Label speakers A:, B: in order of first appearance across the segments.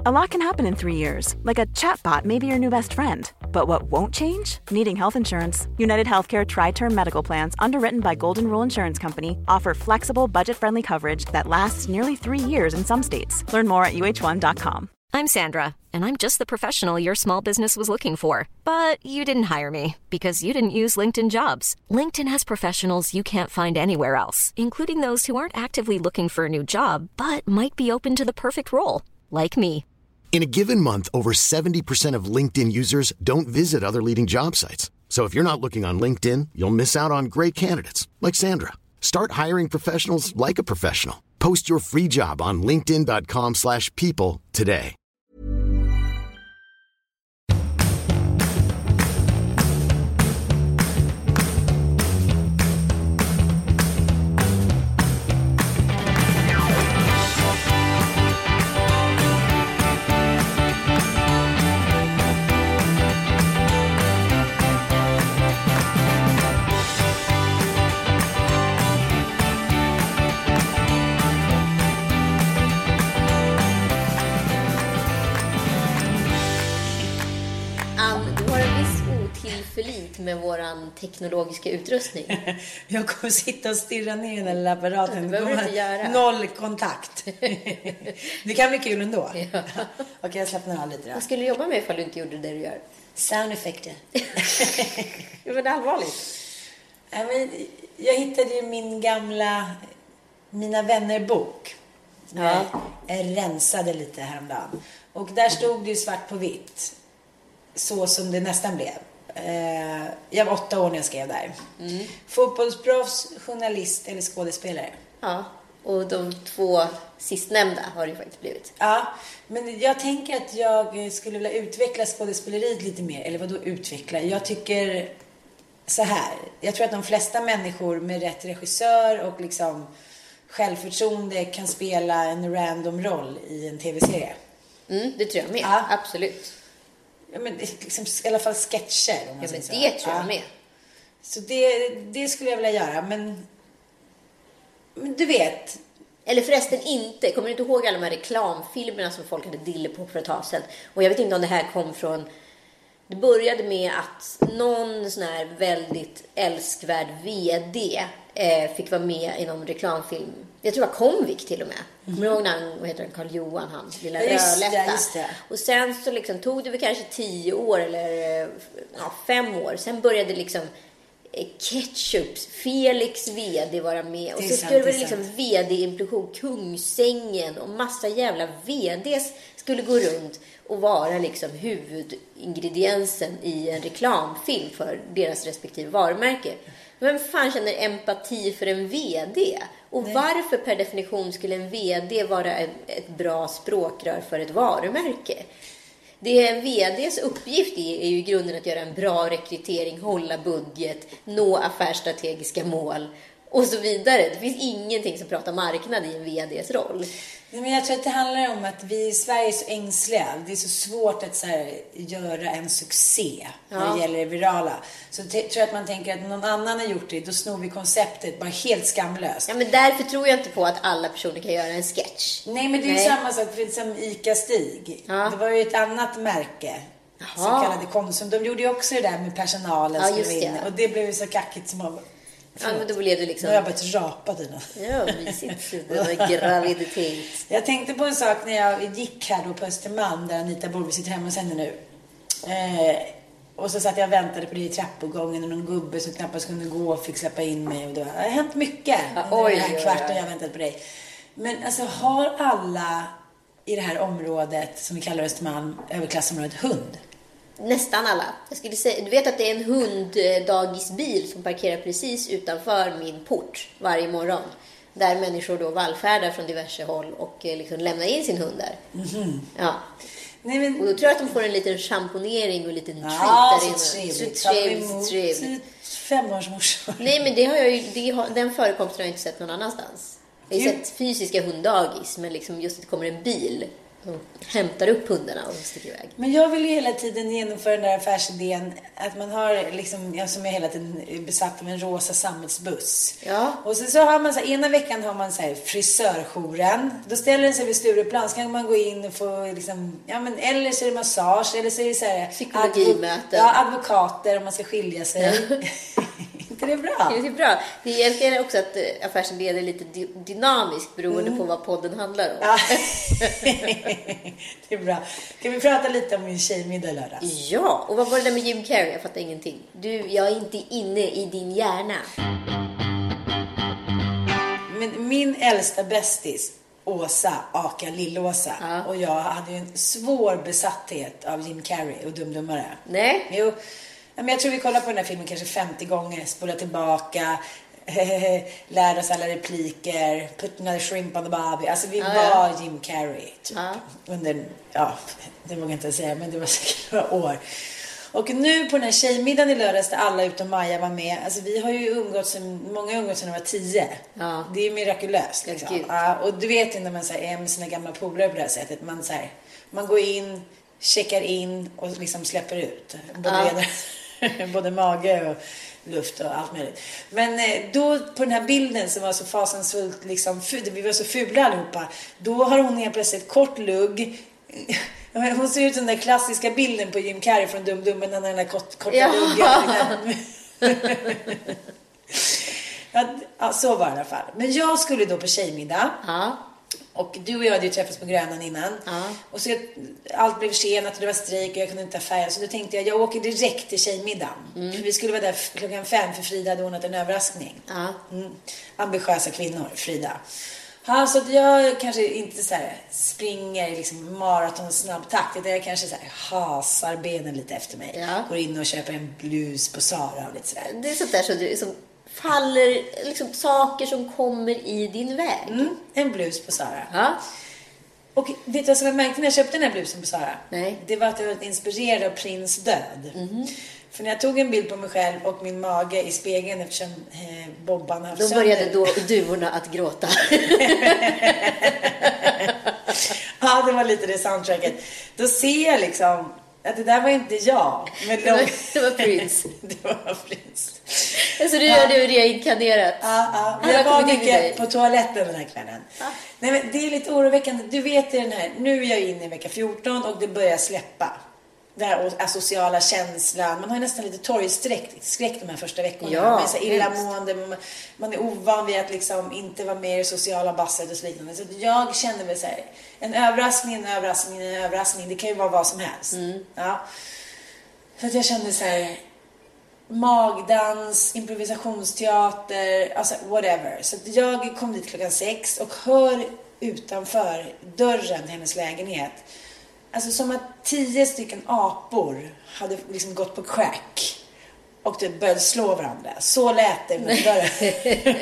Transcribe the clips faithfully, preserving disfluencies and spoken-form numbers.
A: A lot can happen in three years, like a chatbot may be your new best friend. But what won't change? Needing health insurance. United Healthcare Tri-Term Medical Plans, underwritten by Golden Rule Insurance Company, offer flexible, budget-friendly coverage that lasts nearly three years in some states. Learn more at U H one dot com.
B: I'm Sandra, and I'm just the professional your small business was looking for. But you didn't hire me, because you didn't use LinkedIn Jobs. LinkedIn has professionals you can't find anywhere else, including those who aren't actively looking for a new job, but might be open to the perfect role, like me.
C: In a given month, over seventy percent of LinkedIn users don't visit other leading job sites. So if you're not looking on LinkedIn, you'll miss out on great candidates like Sandra. Start hiring professionals like a professional. Post your free job on linkedin dot com slash people today.
D: Med våran teknologiska utrustning.
E: Jag kommer sitta och stirra ner i den lilla apparaten.
D: Det behöver du inte göra.
E: Noll kontakt. Det kan bli kul ändå.
D: Ja.
E: Okej, jag släpper av lite då.
D: Vad skulle du jobba med ifall du inte gjorde det du gör?
E: Soundeffekter.
D: Det var allvarligt.
E: Ja, men jag hittade ju min gamla Mina vänner-bok.
D: Ja.
E: Jag rensade lite häromdagen. Och där stod det ju svart på vitt. Så som det nästan blev. Uh, jag var åtta år när jag skrev där. Mm. Fotbollsproffs, journalist eller skådespelare.
D: Ja, och de två sistnämnda har det ju faktiskt blivit.
E: Ja, men jag tänker att jag skulle vilja utveckla skådespeleriet lite mer. Eller vad då utveckla? Jag tycker så här. Jag tror att de flesta människor med rätt regissör och liksom självförtroende kan spela en random roll i en tv-serie.
D: Mm, det tror jag med,
E: ja.
D: Absolut.
E: Ja, men liksom, i alla fall sketcher.
D: Ja, men det så. tror jag ja. med.
E: Så det, det skulle jag vilja göra, men, men du vet.
D: Eller förresten inte. Kommer du inte ihåg alla de här reklamfilmerna som folk hade dille på för ett tag sedan? Och jag vet inte om det här kom från... Det började med att någon sån här väldigt älskvärd vd eh, fick vara med i någon reklamfilm. Jag tror det var Comvik till och med. Mm. Kommer du ihåg när han, vad heter han, Carl Johan, hans lilla rödlätta. Och sen så liksom tog det väl kanske tio år eller ja, fem år. Sen började liksom eh, Ketchups Felix vd vara med. Och så skulle det väl liksom vd-implosion, Kungsängen och massa jävla vds skulle gå runt och vara liksom huvudingrediensen i en reklamfilm för deras respektive varumärke. Vem fan känner empati för en vd? Och Nej. varför per definition skulle en vd vara ett bra språkrör för ett varumärke? Det en vds uppgift är, är ju i grunden att göra en bra rekrytering, hålla budget, nå affärsstrategiska mål och så vidare. Det finns ingenting som pratar marknad i en vds roll.
E: Nej, men jag tror att det handlar om att vi i Sverige är så ängsliga. Det är så svårt att så här, göra en succé ja. när det gäller det virala. Så t- tror jag att man tänker att någon annan har gjort det, då snor vi konceptet bara helt skamlöst.
D: Ja, men därför tror jag inte på att alla personer kan göra en sketch.
E: Nej, men det är ju samma sak för som Ica Stig. Ja. Det var ju ett annat märke. Jaha. Så kallade Konsum. De gjorde ju också det där med personalen.
D: Ja, just det.
E: Och det blev ju så kackigt som man...
D: Ja, men då blev det liksom...
E: Nu har jag börjat rapa dina.
D: Ja, mysigt. Det var graviditet.
E: Jag tänkte på en sak när jag gick här då på Östermalm, där Anita Borg sitter hemma och sänder nu. Eh, och så satt jag och väntade på det i trappuppgången och någon gubbe som knappast kunde gå och fick släppa in mig. Och det har hänt mycket ja, oj, den här kvarten jag väntat på dig. Men alltså, har alla i det här området som vi kallar Östermalm, överklassområdet, hund?
D: Nästan alla. Jag skulle säga, du vet att det är en hunddagisbil som parkerar precis utanför min port varje morgon. Där människor då vallfärdar från diverse håll och liksom lämnar in sin hund där. Mm-hmm. Ja. Nej, men... Och då tror jag att de får en liten champonering och en liten treat
E: ja,
D: där inne.
E: Så trevligt.
D: Så trevligt, så trevligt.
E: Femårsmorsor.
D: Nej, men det har jag ju, det har, den förekomsten har jag inte sett någon annanstans. Jag har ju sett fysiska hunddagis, men liksom just att det kommer en bil och hämtar upp hundarna och sticker iväg.
E: Men jag vill ju hela tiden genomföra den där affärsidén att man har liksom, jag som är hela tiden är besatt av en rosa sammetsbuss.
D: Ja.
E: Och så, så har man så här, ena veckan har man så här frisörjouren. Då ställer den sig vid Stureplan, så kan man gå in och få liksom, ja men eller så är det massage, eller så är det så här
D: psykologimöten.
E: Ja, advokater om man ska skilja sig. Inte det är bra?
D: Det är bra. Det är egentligen också att affärsidén är lite dy- dynamisk beroende mm. på vad podden handlar om.
E: Ja. Det är bra. Kan vi prata lite om min tjejmiddag lördag?
D: Ja, och vad var det där med Jim Carrey? Jag fattar ingenting. Du, jag är inte inne i din hjärna.
E: Men min äldsta bästis, Åsa, aka Lillåsa, ja. Och jag hade ju en svår besatthet av Jim Carrey och Dumdummare.
D: Nej.
E: Jo, men jag tror vi kollar på den här filmen kanske femtio gånger, spolar tillbaka, lärde oss alla repliker, put another shrimp on the barbie. Alltså vi ja, var ja. Jim Carrey typ. Ja. Under, ja, det vågar jag inte säga, men det var säkert några år. Och nu på den här tjejmiddagen i lördags där alla utom Maja var med. Alltså vi har ju umgåtts, många umgåtts sedan de var tio. Ja. Det är mirakulöst liksom. Ja, och du vet ju när man så här, är med sina gamla polare på det här sättet. Man, så här, man går in, checkar in och liksom släpper ut. Både, ja. både mage och luft och allt möjligt. Men då på den här bilden som var så fasansfullt liksom, vi var så fula allihopa. Då har hon helt plötsligt kort lugg. Hon ser ut som den där klassiska bilden på Jim Carrey från Dum-Dummen, när den där kort, korta ja. luggen. Ja, så var det i alla fall. Men jag skulle då på tjejmiddag. Ja. Och du och jag hade ju träffats på Grönan innan. Ja. Och så jag, allt blev försenat och det var strejk och jag kunde inte ta färja. Så då tänkte jag, jag åker direkt till tjejmiddagen. Mm. För vi skulle vara där klockan fem, för Frida hade ordnat en överraskning. Ja. Mm. Ambitiösa kvinnor, Frida. Ja, så att jag kanske inte så här springer i liksom maraton och snabb takt, utan jag kanske så här hasar benen lite efter mig. Ja. Går in och köper en blus på Zara och lite sådär.
D: Det är sånt där så du som faller, liksom saker som kommer i din väg.
E: Mm, en blus på Zara. Ja. Och vet du vad som jag märkte när jag köpte den här blusen på Zara? Nej. Det var att jag var inspirerad av Prins död. Mm. För när jag tog en bild på mig själv och min mage i spegeln, eftersom eh, Bobban har
D: då började då duvorna att gråta.
E: Ja, det var lite det soundtracket. Då ser jag liksom att det där var inte jag. Men
D: det, var, det var Prins.
E: Det var Prins.
D: Alltså du gör det reinkarnerat.
E: Ja, ja. Jag var mycket på toaletten den här kvällen. Ja. Nej, men det är lite oroväckande. Du vet den här, nu är jag inne i vecka fjorton och det börjar släppa. Den här asociala känslan. Man har nästan lite torgskräck de här första veckorna. Ja, man är så illamående. Man, man är ovan vid att liksom inte vara med i sociala basset och så liknande. Så jag kände väl så här, en överraskning, en överraskning, en överraskning. Det kan ju vara vad som helst. Mm. Ja. Så att jag kände så här, magdans, improvisationsteater, alltså whatever. Så att jag kom dit klockan sex och hör utanför dörren till hennes lägenhet. Alltså som att tio stycken apor hade liksom gått på crack och det började slå varandra. Så lät det mot dörren.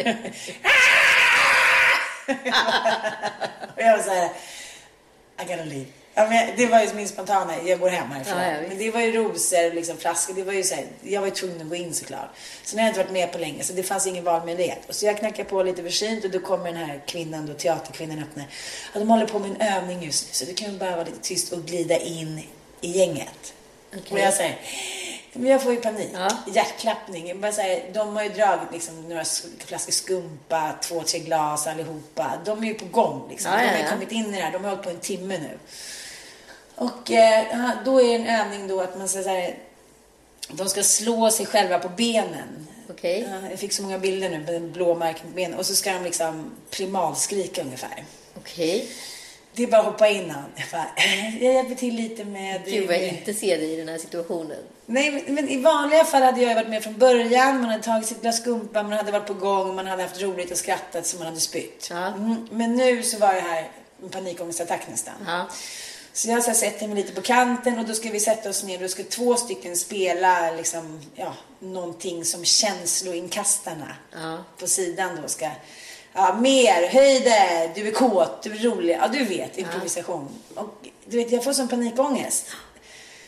E: Och jag var så här, I gotta leave. Ja, men det var ju min spontana, jag går hem härifrån. Ja, men det var ju rosor, liksom flaskor, det var ju så här, jag var ju tvungen att gå in såklart. Så när jag inte varit med på länge, så det fanns ingen valmöjlighet. Och så jag knackar på lite försynt och då kommer den här kvinnan då, teaterkvinnan öppnar. Och de håller på med en övning just nu, så du kan ju bara vara lite tyst och glida in i gänget. Okay. Och jag säger, men jag får ju panik. Ja. Hjärtklappning. Jag bara säger, de har ju dragit liksom några flaskor skumpa, två, tre glas allihopa. De är ju på gång liksom. Ja, de har ju ja, ja. kommit in i det här, de har hållit på en timme nu. Och eh, då är det en övning då att man så här, de ska slå sig själva på benen.
D: Okej.
E: Okay. Jag fick så många bilder nu på den blå märken på benen. Och så ska de liksom primalskrika ungefär.
D: Okej. Okay.
E: Det är bara att hoppa innan. Jag, bara, jag hjälper till lite med...
D: Gud vad jag inte ser dig i den här situationen.
E: Nej, men, men i vanliga fall hade jag varit med från början. Man hade tagit sitt glas skumpa, man hade varit på gång, man hade haft roligt och skrattat så man hade spytt. Ja. Mm, men nu så var det här en panikångestattack nästan. Ja. Så jag så sätter mig lite på kanten och då ska vi sätta oss ner. Då ska två stycken spela liksom, ja, någonting som känsloinkastarna ja. På sidan då ska... Ja, mer, höjder, du är kåt, du är rolig. Ja, du vet, improvisation. Ja. Och du vet, jag får sån panikångest.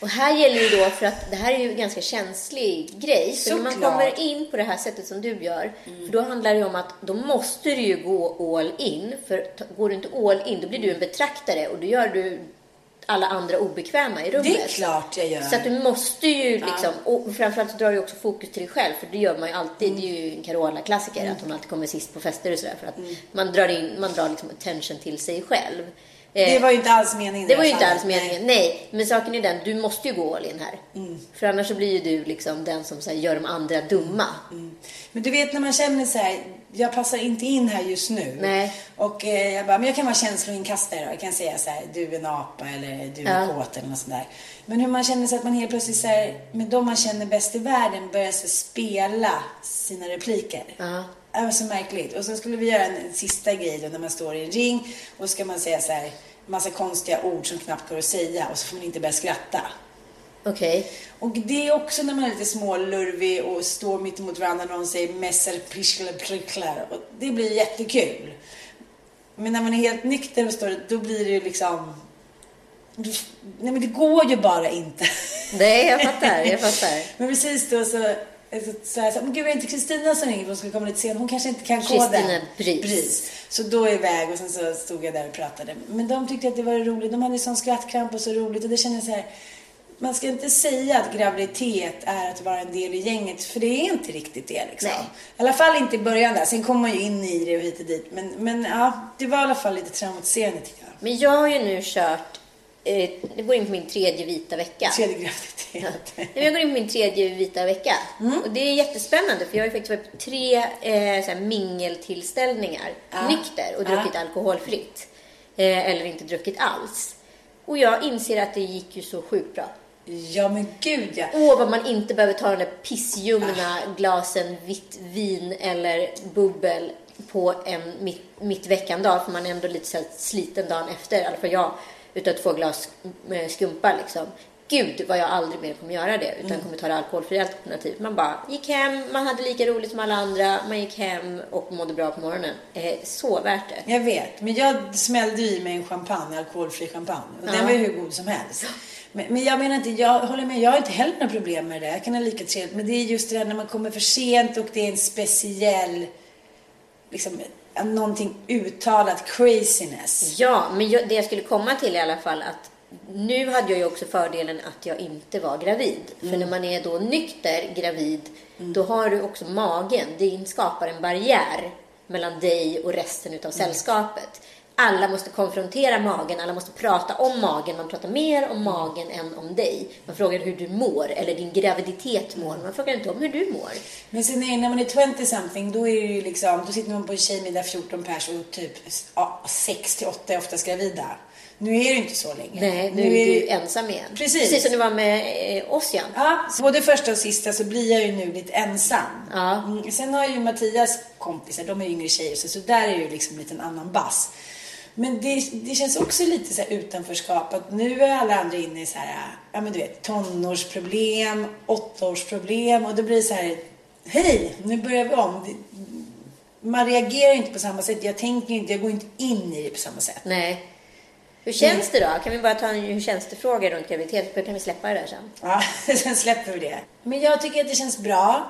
D: Och här gäller ju då, för att det här är ju en ganska känslig grej. Så när man kommer in på det här sättet som du gör, mm. för då handlar det om att då måste du ju gå all in. För går du inte all in, då blir du en betraktare och då gör du alla andra obekväma i rummet.
E: Det är klart jag gör.
D: Så att du måste ju liksom, ja. Och framförallt så drar du också fokus till dig själv, för det gör man ju alltid. Mm. Det är ju en Carola-klassiker, mm. att hon alltid kommer sist på fester och sådär, för att mm. man drar in, man drar liksom attention till sig själv.
E: Det var ju inte alls meningen.
D: Det var ju inte alls meningen, nej. nej. Men saken är den, du måste ju gå all in här. Mm. För annars så blir ju du liksom den som så här, gör de andra dumma. Mm.
E: Men du vet när man känner så här, jag passar inte in här just nu.
D: Nej.
E: Och eh, jag bara, men jag kan vara känsloinkastare då. Jag kan säga så här, du är en apa eller du är ja. kåt eller något sånt där. Men hur man känner sig att man helt plötsligt så här, med de man känner bäst i världen börjar så spela sina repliker. Ja. Det var så märkligt. Och så skulle vi göra en, en sista grej då när man står i en ring och ska man säga så här, massa konstiga ord som knappt går att säga och så får man inte börja skratta.
D: Okej. Okay.
E: Och det är också när man är lite smålurvig och står mitt emot varandra och någon säger messer, pricklar, pricklar. Och det blir jättekul. Men när man är helt nykter och står, då blir det ju liksom... Nej men det går ju bara inte.
D: Nej, jag fattar, jag fattar.
E: Men precis då så... Så här, men gud, är inte Kristina som ringer? Hon skulle komma lite sen. Hon kanske inte kan koda.
D: Kristina Bris.
E: Bris. Så då är iväg och sen så stod jag där och pratade. Men de tyckte att det var roligt. De hade sån skrattkramp och så roligt. Och det kändes så här, man ska inte säga att graviditet är att vara en del i gänget. För det är inte riktigt det liksom. Nej. I alla fall inte i början där. Sen kommer man ju in i det och hit och dit. Men, men ja, det var i alla fall lite traumatiserande tycker jag.
D: Men jag har ju nu kört... Det går in på min tredje vita vecka.
E: Tredje graviditet.
D: Ja. Jag går in på min tredje vita vecka. Mm. Och det är jättespännande. För jag har ju faktiskt varit på tre eh, så här mingeltillställningar. Ja. Nykter och druckit ja. alkoholfritt. Eh, eller inte druckit alls. Och jag inser att det gick ju så sjukt bra.
E: Ja men gud ja.
D: Åh vad man inte behöver ta de där pissljumna ah. glasen vitt vin eller bubbel på en mitt, mitt veckandag. För man är ändå lite så här sliten dagen efter. I alla fall jag. Utan två glas skumpa liksom. Gud vad jag aldrig mer kommer göra det. Utan mm. kommer ta det alkoholfria alternativ. Man bara gick hem, man hade lika roligt som alla andra. Man gick hem och mådde bra på morgonen. Eh, så värt det.
E: Jag vet, men jag smällde i mig en champagne, alkoholfri champagne. Och ja. den var ju hur god som helst. Men, men jag menar inte, jag håller med, jag har inte heller några problem med det. Jag kan ha lika trevligt. Men det är just det där när man kommer för sent och det är en speciell... liksom... någonting uttalat craziness.
D: Ja, men jag, det jag skulle komma till i alla fall att nu hade jag ju också fördelen att jag inte var gravid. Mm. För när man är då nykter gravid, mm. då har du också magen. Det skapar en barriär mellan dig och resten utav mm. sällskapet. Alla måste konfrontera magen, alla måste prata om magen. Man pratar mer om magen än om dig. Man frågar hur du mår, eller din graviditet mår. Man frågar inte om hur du mår.
E: Men sen är, när man är tjugo something, då är det ju liksom, då sitter man på en tjejmiddag fjorton pers och typ ja, sex till åtta är oftast gravida. Nu är det inte så länge.
D: Nej, nu, nu är du ensam igen. Precis. Precis som du var med eh, oss igen.
E: Ja, så både första och sista så blir jag ju nu lite ensam. Ja. Mm, sen har ju Mattias kompisar, de är yngre tjejer, så, så där är ju liksom lite en annan bass. Men det, det känns också lite så här utanförskap. Att nu är alla andra inne i så här, ja men du vet, tonårsproblem, åttaårsproblem. Och då blir det så här, hej, nu börjar vi om. Man reagerar inte på samma sätt. Jag tänker inte, jag går inte in i det på samma sätt.
D: Nej. Hur känns det då? Kan vi bara ta en hur känns det fråga runt graviditet? Då kan vi släppa det där sen.
E: Ja, sen släpper vi det. Men jag tycker att det känns bra.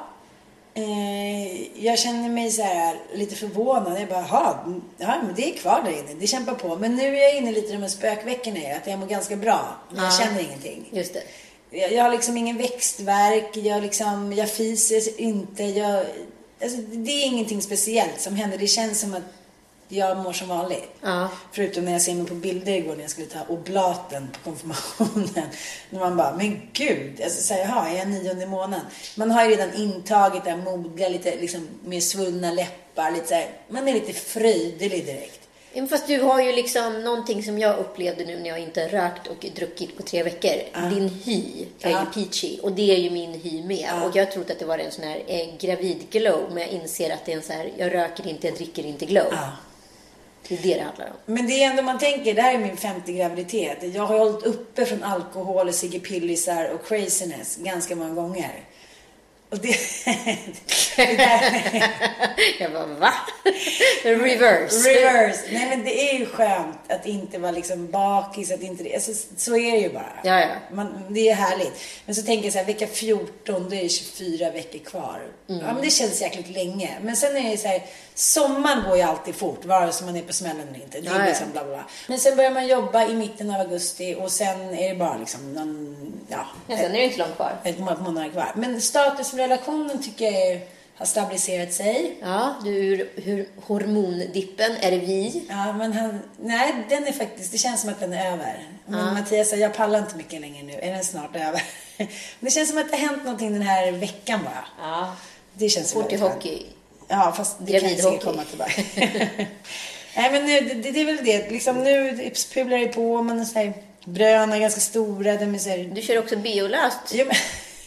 E: Eh, jag känner mig så här lite förvånad. Jag bara, ja, men det är kvar där inne. Det kämpar på. Men nu är jag inne lite i de här spökveckorna. Att jag mår ganska bra. Men jag känner ingenting.
D: Just det.
E: Jag, jag har liksom ingen växtverk. Jag, liksom, jag fiser inte. Jag, alltså, det är ingenting speciellt som händer. Det känns som att jag mår som vanligt. Ja. Förutom när jag ser mig på bilder igår när jag skulle ta oblaten på konfirmationen. När man bara, men gud. Alltså så här, jaha, är jag nionde månaden? Man har ju redan intagit det modiga, lite liksom med svullna läppar. Lite så här, man är lite fröjdelig direkt.
D: Men fast du har ju liksom någonting som jag upplevde nu när jag inte rökt och druckit på tre veckor. Uh. Din hy är uh. ju peachy. Och det är ju min hy med. Uh. Och jag trodde att det var en sån här eh, gravid glow. Men jag inser att det är en så här, jag röker inte, jag dricker inte glow. Uh. Det är det det handlar om.
E: Men det är ändå man tänker, det här är min femte graviditet. Jag har hållit uppe från alkohol och ciggepillisar och craziness ganska många gånger. Och det,
D: Jag bara, va? Reverse.
E: Reverse. Nej, men det är ju skönt att inte vara liksom bakis, att inte, alltså, så är det ju bara.
D: Ja, ja.
E: Man, det är härligt. Men så tänker jag så här, vecka fjorton, då är det tjugofyra veckor kvar. Mm. Ja, men det känns jäkligt länge. Men sen är det så här, sommaren går ju alltid fort, vare sig man är på smällen eller inte. Det är
D: ja,
E: liksom bla bla. Men sen börjar man jobba i mitten av augusti och sen är det bara liksom någon, ja.
D: Ja, sen är det inte långt kvar.
E: Ett månader kvar. Men status med relationen tycker jag är, har stabiliserat sig.
D: Ja, du, hur, hur hormondippen, är det vi?
E: Ja, men han, nej, den är faktiskt, det känns som att den är över. Men
D: ja.
E: Mattias sa, jag pallar inte mycket längre nu, är den snart över? Det känns som att det har hänt någonting den här veckan bara.
D: Ja.
E: Det känns
D: fort i hockey.
E: Ja, fast det kan inte komma tillbaka. Nej, men nu, det, det är väl det. Liksom nu pular det på, man är så här, bröna är ganska stora. De är så här...
D: Du kör också biolöst.
E: Ja, men...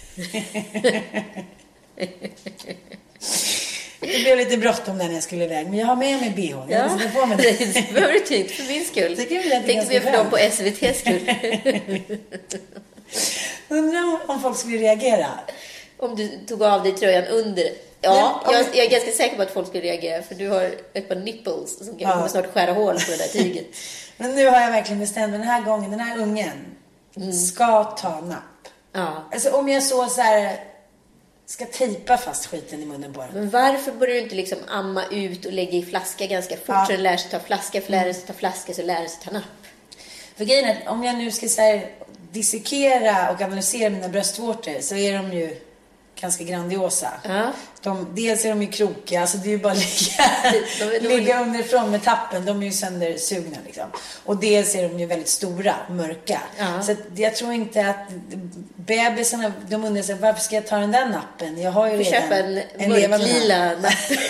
E: Det blev lite bråttom när jag skulle iväg. Men jag har med mig B H.
D: Ja, det på med det. Det behöver du inte för min skull.
E: Det kan vi
D: tänkte vi för dem på S V T:s skull.
E: Undrar om folk skulle reagera.
D: Om du tog av dig tröjan under. Ja, men, jag, jag är ganska säker på att folk skulle reagera. För du har ett par nipples som kan ja. Kommer snart skära hål på det där tyget.
E: Men nu har jag verkligen bestämt den här gången. Den här ungen mm. ska ta napp.
D: Ja.
E: Alltså om jag så så här... ska tejpa fast skiten i munnen på den.
D: Men varför börjar du inte liksom amma ut och lägga i flaska ganska fort ja. Så den lär sig ta flaska, för lär sig ta flaska så lär sig ta napp?
E: För grejen är att om jag nu ska så här, dissekera och analysera mina bröstvårtor så är de ju ganska grandiosa.
D: Ja.
E: De, dels är de ju krokiga, alltså det är ju bara ligga, ligga underifrån med tappen, de är ju söndersugna liksom. Och dels är de ju väldigt stora, mörka.
D: Ja.
E: Så att jag tror inte att bebisarna, de undrar sig, varför ska jag ta den där nappen? Jag har ju redan
D: köpa en, en mörklila napp.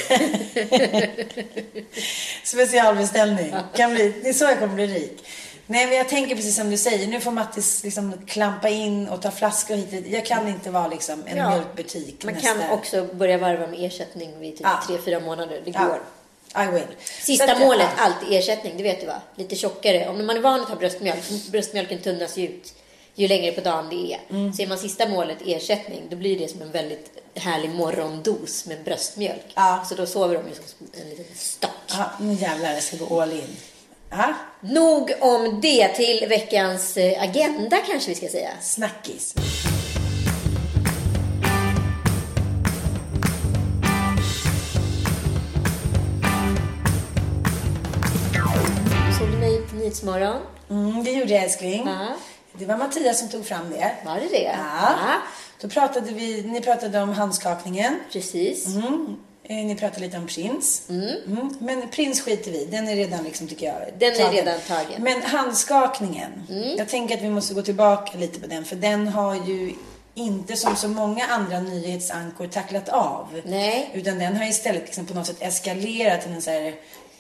E: Specialbeställning.
D: Ja.
E: Kan bli, det är så jag kommer bli rik. Nej, men jag tänker precis som du säger. Nu får Mattis liksom klampa in och ta flaskor hit. Jag kan inte vara liksom en ja. Mjölkbutik.
D: Man
E: nästa.
D: kan också börja varva med ersättning vid typ ja. tre, fyra månader. Det går.
E: Ja. I will.
D: Sista
E: att,
D: målet,
E: ja.
D: alltid ersättning. Det vet du va? Lite tjockare. Om man är van att ha bröstmjölk, bröstmjölken tunnas ut ju längre på dagen det är. Mm. Så är man sista målet ersättning, då blir det som en väldigt härlig morgondos med bröstmjölk. Ja. Så då sover de ju som en liten stock.
E: Ja, nu jävlar, jag ska gå all in. Aha.
D: Nog om det, till veckans agenda kanske vi ska säga.
E: Snackis.
D: Såg du mig på Nyhetsmorgon?
E: Mm, det gjorde jag, älskling.
D: Aha.
E: Det var Mattias som tog fram det.
D: Var det det?
E: Ja. Aha. Då pratade vi, ni pratade om handskakningen.
D: Precis.
E: Mm. Ni pratade lite om prins.
D: Mm.
E: Mm. Men prins skiter vi. Den är redan liksom, tycker jag,
D: den är
E: tagen.
D: redan tagen.
E: Men handskakningen. Mm. Jag tänker att vi måste gå tillbaka lite på den. För den har ju inte som så många andra nyhetsankor tacklat av.
D: Nej.
E: Utan den har istället liksom på något sätt eskalerat till en så här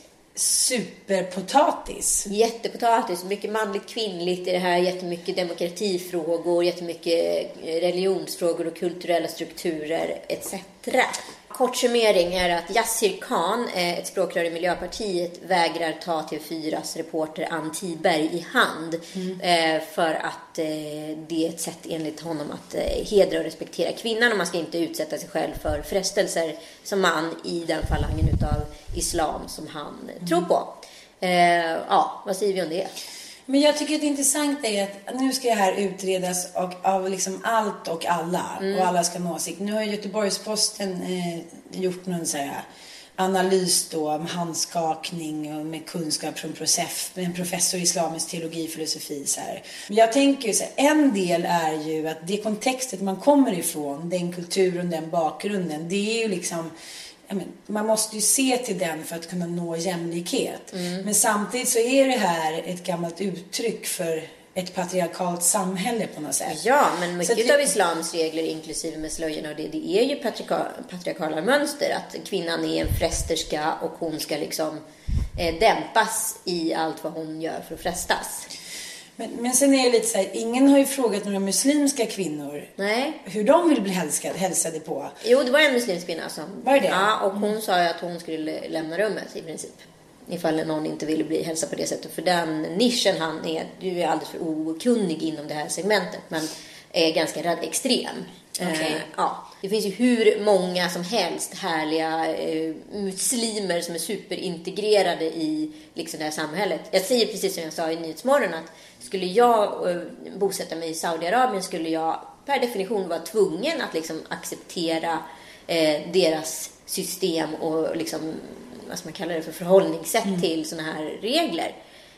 E: superpotatis.
D: Jättepotatis. Mycket manligt, kvinnligt i det här. Jättemycket demokratifrågor. Jättemycket religionsfrågor och kulturella strukturer et cetera. Kort summering är att Yassir Khan, ett språkrör i Miljöpartiet, vägrar ta T V fyras reporter Ann Tiberg i hand. Mm. För att det är ett sätt enligt honom att hedra och respektera kvinnan. Och man ska inte utsätta sig själv för frestelser som man i den falangen utav islam som han mm. tror på. Ja, vad säger vi om det?
E: Men jag tycker att det intressanta är att nu ska det här utredas och, av liksom allt och alla. Mm. Och alla ska ha en åsikt. Nu har Göteborgs-Posten eh, gjort någon så här analys då om handskakning och med kunskap från process, en professor i islamisk teologi och filosofi. Så här. Men jag tänker ju så här, en del är ju att det kontextet man kommer ifrån, den kulturen, den bakgrunden, det är ju liksom... Men, man måste ju se till den för att kunna nå jämlikhet. Mm. Men samtidigt så är det här ett gammalt uttryck för ett patriarkalt samhälle på något sätt.
D: Ja, men mycket
E: det...
D: av islams regler, inklusive med slöjorna och det, det är ju patriarka, patriarkala mönster. Att kvinnan är en frästerska och hon ska liksom eh, dämpas i allt vad hon gör för att frästas.
E: Men, men sen är det lite så här, ingen har ju frågat några muslimska kvinnor
D: Nej.
E: hur de vill bli hälskade, hälsade på.
D: Jo, det var en muslimsk kvinna som...
E: Var det?
D: Ja, och hon mm. sa ju att hon skulle lämna rummet i princip. Ifall någon inte ville bli hälsad på det sättet. För den nischen han är, du är alldeles för okunnig inom det här segmentet. Men är ganska extrem. Okay. Eh, ja. Det finns ju hur många som helst härliga eh, muslimer som är superintegrerade i liksom, det här samhället. Jag säger precis som jag sa i Nyhetsmorgon att skulle jag eh, bosätta mig i Saudiarabien skulle jag per definition vara tvungen att liksom, acceptera eh, deras system och liksom, vad ska man kalla det för förhållningssätt mm. till såna här regler.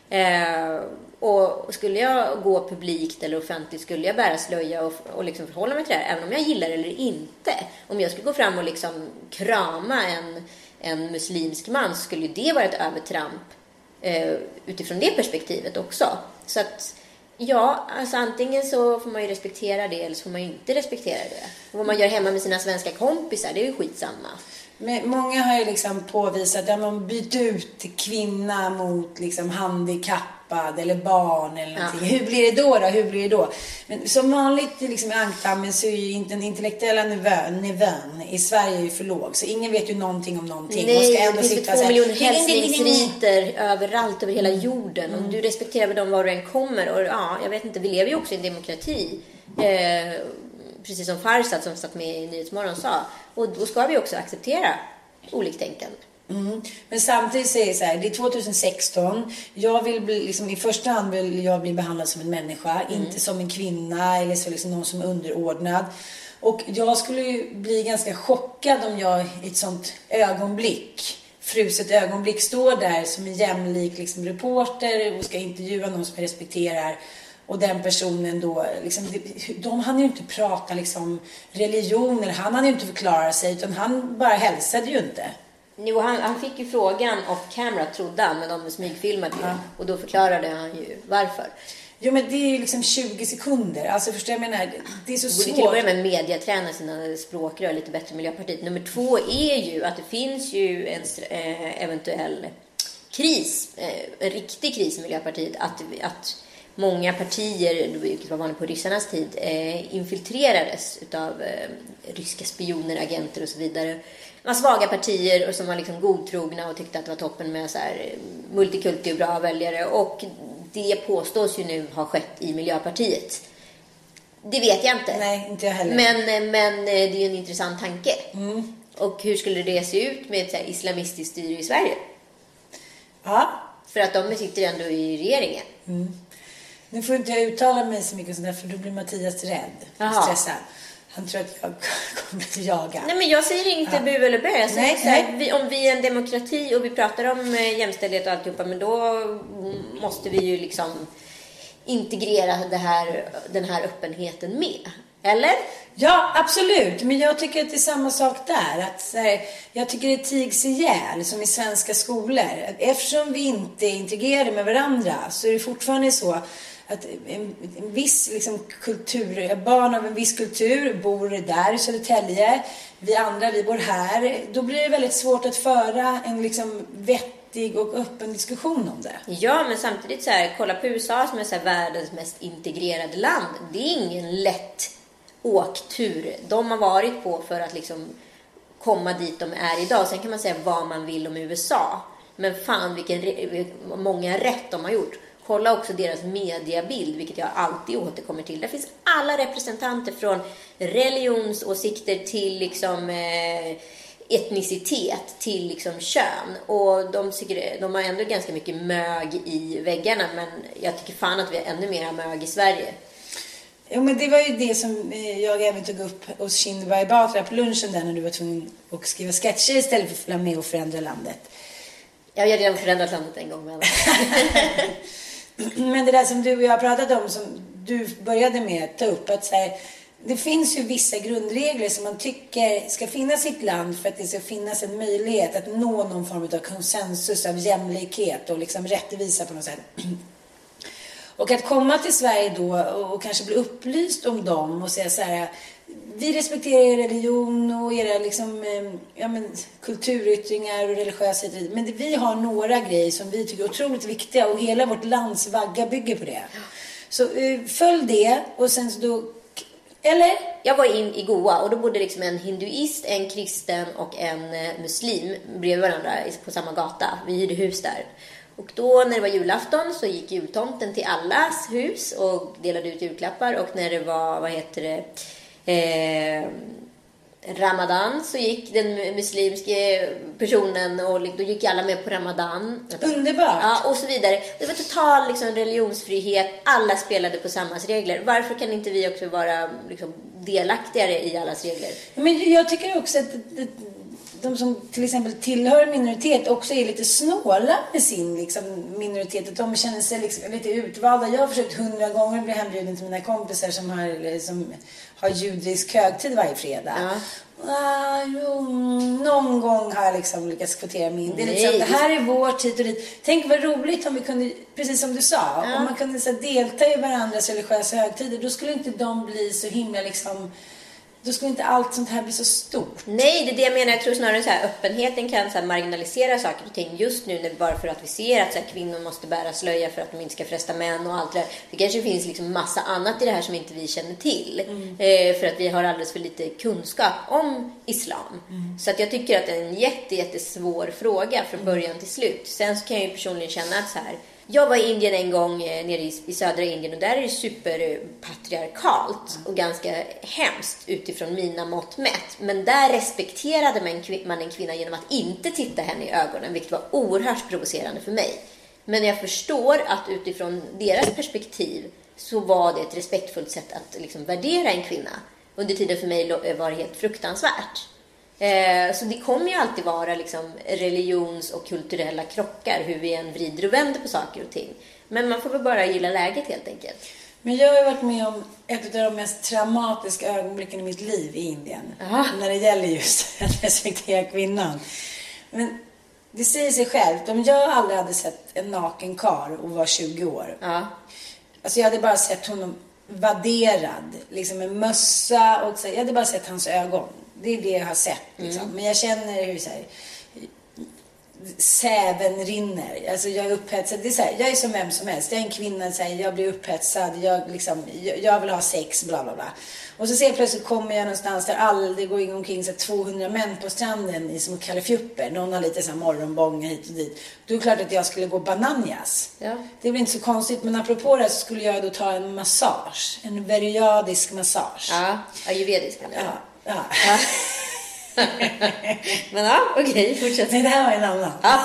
D: Eh, och skulle jag gå publikt eller offentligt skulle jag bära slöja och, och liksom förhålla mig till det här, även om jag gillar det eller inte. Om jag skulle gå fram och liksom krama en, en muslimsk man så skulle det vara ett övertramp eh, utifrån det perspektivet också. Så att ja, alltså antingen så får man ju respektera det eller så får man ju inte respektera det. Och vad man gör hemma med sina svenska kompisar, det är ju skitsamma.
E: Men många har ju liksom påvisat att man byter ut kvinna mot liksom handikappad eller barn eller någonting. Ja. Hur blir det då då? Hur blir det då? Men som vanligt liksom i ankdammen så är ju inte den intellektuella nivån, nivån i Sverige är ju för låg. Så ingen vet ju någonting om någonting.
D: Nej, man ska ändå det finns två miljoner hälsningsriter överallt över hela jorden. Mm. Och du respekterar dem var du än kommer. Och ja, jag vet inte, vi lever ju också i en demokrati. Eh, precis som Farsad som satt med i Nyhetsmorgon sa. Och då ska vi också acceptera oliktänkande.
E: Mm. Men samtidigt säger så här, det är tjugohundrasexton. Jag vill bli, liksom, i första hand vill jag bli behandlad som en människa, mm. inte som en kvinna eller så liksom någon som är underordnad. Och jag skulle ju bli ganska chockad om jag i ett sånt ögonblick, fruset ögonblick, står där som en jämlik liksom, reporter och ska intervjua någon som jag respekterar. Och den personen då, liksom, de hann ju inte prata liksom, religion, eller han hann ju inte förklara sig, utan han bara hälsade ju inte.
D: Jo, han, han fick ju frågan off camera, trodde han, men de smygfilmade ju. Ja. Och då förklarade han ju varför.
E: Jo, men det är ju liksom tjugo sekunder. Alltså, förstår jag menar, det är så svårt.
D: Borde till och med med mediaträna sina språkrör lite bättre Miljöpartiet. Nummer två är ju att det finns ju en eh, eventuell kris, eh, en riktig kris i Miljöpartiet, att... att många partier, vilket var vanligt på ryssarnas tid, eh, infiltrerades utav eh, ryska spioner, agenter och så vidare. Det var svaga partier och som var liksom godtrogna och tyckte att det var toppen med så här multikulti och bra väljare. Och det påstås ju nu ha skett i Miljöpartiet. Det vet jag inte.
E: Nej, inte jag heller.
D: Men, men det är ju en intressant tanke.
E: Mm.
D: Och hur skulle det se ut med ett så här islamistiskt styre i Sverige?
E: Ja.
D: För att de sitter ändå i regeringen.
E: Mm. Nu får inte jag uttala mig så mycket sånt där, för då blir Mattias rädd och stressad. Han tror att jag kommer att jaga.
D: Nej, men jag säger inte ja. bu eller bö. Jag säger
E: nej,
D: så här, vi, om vi är en demokrati och vi pratar om jämställdhet och alltihopa, men då måste vi ju liksom integrera det här, den här öppenheten med. Eller?
E: Ja, absolut. Men jag tycker att det är samma sak där. Att, så här, jag tycker det tigs ihjäl som i svenska skolor. Eftersom vi inte är integrerade med varandra så är det fortfarande så att en, en viss liksom, kultur, barn av en viss kultur bor där i Södertälje. Vi andra, vi bor här. Då blir det väldigt svårt att föra en liksom, vettig och öppen diskussion om det.
D: Ja, men samtidigt så här, kolla på U S A som är så här, världens mest integrerade land. Det är ingen lätt åktur de har varit på för att liksom komma dit de är idag. Sen kan man säga vad man vill om U S A. Men fan vilken många rätt de har gjort. Kolla också deras mediabild, vilket jag alltid återkommer till. Där finns alla representanter från religionsåsikter till liksom eh, etnicitet till liksom kön. Och de, tycker, de har ändå ganska mycket mög i väggarna, men jag tycker fan att vi har ännu mer mög i Sverige.
E: Jo, men det var ju det som jag även tog upp hos Kinberg Batra på lunchen där när du var tvungen att skriva sketcher istället för att följa med och förändra landet.
D: Jag har redan förändrat landet en gång med alla.
E: Men det där som du och jag pratade om, som du började med att ta upp, att så här, det finns ju vissa grundregler som man tycker ska finnas i ett land för att det ska finnas en möjlighet att nå någon form av konsensus av jämlikhet och liksom rättvisa på något sätt. Och att komma till Sverige då och kanske bli upplyst om dem och säga så här: vi respekterar er religion och era liksom, ja, men, kulturyttringar och religiösa, men vi har några grejer som vi tycker är otroligt viktiga och hela vårt lands vagga bygger på det. Så följ det och sen så då, eller?
D: Jag var in i Goa och då bodde liksom en hinduist, en kristen och en muslim bredvid varandra på samma gata. Vi hyrde hus där. Och då när det var julafton så gick jultomten till allas hus och delade ut julklappar. Och när det var, vad heter det, eh, Ramadan så gick den muslimske personen och då gick alla med på Ramadan.
E: Underbart.
D: Ja, och så vidare. Det var total liksom, religionsfrihet. Alla spelade på samma regler. Varför kan inte vi också vara liksom, delaktigare i allas regler?
E: Men jag tycker också att de som till exempel tillhör minoritet också är lite snåla med sin liksom, minoritet. Att de känner sig liksom, lite utvalda. Jag har försökt hundra gånger bli hembjuden till mina kompisar som har, som har judisk högtid varje fredag. Ja. Ah, jo, någon gång har jag liksom lyckats kvotera min. Det är liksom, det här är vår tid och dit. Tänk vad roligt om vi kunde, precis som du sa, ja. Om man kunde så, delta i varandras religiösa högtider. Då skulle inte de bli så himla liksom... Då skulle inte allt sånt här bli så stort.
D: Nej, det är det jag menar. Jag tror snarare så här, öppenheten kan så här, marginalisera saker och ting just nu när, bara för att vi ser att så här, kvinnor måste bära slöja för att de inte ska fresta män och allt det där. Det kanske finns liksom massa annat i det här som inte vi känner till. Mm. Eh, för att vi har alldeles för lite kunskap om islam. Mm. Så att jag tycker att det är en jätte, jättesvår fråga från början till slut. Sen så kan jag ju personligen känna att så här... Jag var i Indien en gång eh, nere i, i södra Indien och där är det superpatriarkalt mm. och ganska hemskt utifrån mina mått mätt. Men där respekterade man en, kvin- man en kvinna genom att inte titta henne i ögonen, vilket var oerhört provocerande för mig. Men jag förstår att utifrån deras perspektiv så var det ett respektfullt sätt att liksom, värdera en kvinna. Under tiden för mig var det helt fruktansvärt. Eh, så det kommer ju alltid vara liksom, religions- och kulturella krockar hur vi än vrider och vänder på saker och ting. Men man får väl bara gilla läget helt enkelt.
E: Men jag har varit med om ett av de mest traumatiska ögonblicken i mitt liv i Indien. Aha. När det gäller just att respektera kvinnan. Men det säger sig självt. Om jag aldrig hade sett en naken karl och var tjugo år. Ja. Alltså jag hade bara sett honom vaderad. Liksom en mössa. Och så, jag hade bara sett hans ögon. Det är det jag har sett. Liksom. Mm. Men jag känner hur så här, säven rinner. Alltså jag är upphetsad. Det är så här, jag är som vem som helst. Jag är en kvinna, så här, jag blir upphetsad. Jag, liksom, jag, jag vill ha sex, bla bla bla. Och så ser jag plötsligt kommer jag någonstans där alla, det går omkring så här, tvåhundra män på stranden i små kalifjupper. Någon har lite så här morgonbångar hit och dit. Då är det klart att jag skulle gå bananjas. Ja. Det blir inte så konstigt. Men apropå det så skulle jag då ta en massage. En veriadisk massage.
D: Ja, ayurvedisk.
E: Ja. Ja.
D: Ja. Men ja, okej, okay, fortsätt.
E: Nej, det här var en annan.
D: Ja.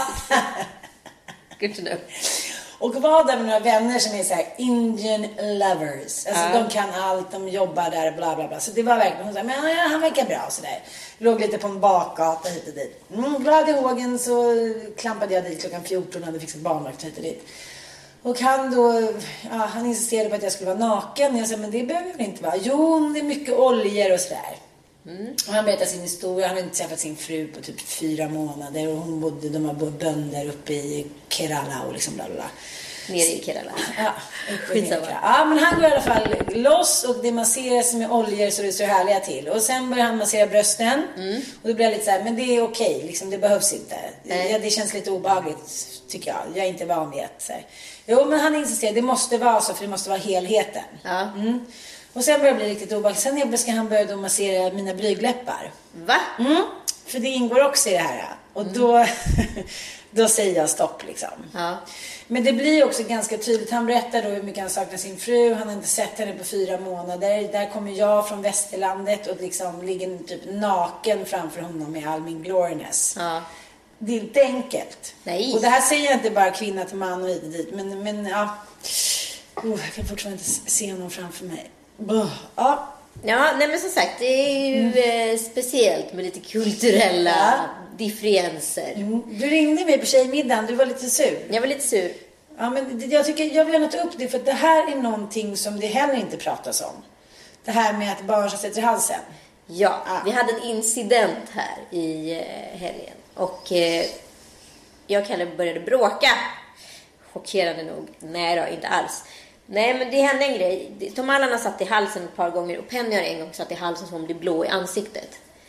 D: Good to know.
E: Och var där med några vänner som är så här Indian lovers. Alltså ja. De kan allt, de jobbar där, bla bla bla. Så det var verkligen, hon sa, men ja, han verkar bra sådär. Låg lite på en bakgata hit och dit. Mm, glad i hågen så klampade jag dit klockan fjorton och hade fixat barnvakt hit och dit. Och han då, ja, han insisterade på att jag skulle vara naken. Jag sa, men det behöver jag väl inte vara. Jo, det är mycket oljor och sådär. Mm. Och han berättade sin historia. Han hade inte träffat sin fru på typ fyra månader. Och hon bodde, de var bönder uppe i Kerala och liksom bla bla.
D: Nere i Kerala.
E: Ja, uppe i Kerala. Ja, men han går i alla fall loss och det masseras med oljor så det ser härliga till. Och sen börjar han massera brösten. Mm. Och då blir jag lite så här, men det är okej, liksom, det behövs inte. Ja, det känns lite obehagligt tycker jag. Jag är inte van vid att så här. Jo, men han insisterar, det måste vara så för det måste vara helheten. Ja. Mm. Och sen börjar det bli riktigt obehagligt. Sen helt ska han börja då massera mina blygläppar.
D: Va?
E: Mm. För det ingår också i det här. Och mm. då, då säger jag stopp liksom. Ja. Men det blir också ganska tydligt. Han berättar då hur mycket han saknar sin fru. Han har inte sett henne på fyra månader. Där kommer jag från västerlandet och liksom ligger typ naken framför honom med all min gloryness. Ja. Det är inte enkelt.
D: Nej.
E: Och det här säger jag inte bara kvinna till man och hit och dit. Men, men ja, oh, jag kan fortfarande inte se honom framför mig. Ja.
D: Ja, nej men som sagt, det är ju mm. speciellt med lite kulturella ja. differenser.
E: Mm. Du ringde mig på tjejmiddagen, du var lite sur.
D: Jag var lite sur.
E: Ja, men jag tycker jag vill ta upp det för att det här är någonting som det heller inte pratas om. Det här med att barn ska sätta i halsen.
D: Ja, ja, vi hade en incident här i helgen och eh, jag och Kalle började bråka. Chockerande nog. Nej då, inte alls. Nej, men det hände en grej. Tom Allan har satt i halsen ett par gånger och Penny har en gång satt i halsen så hon blir blå i ansiktet.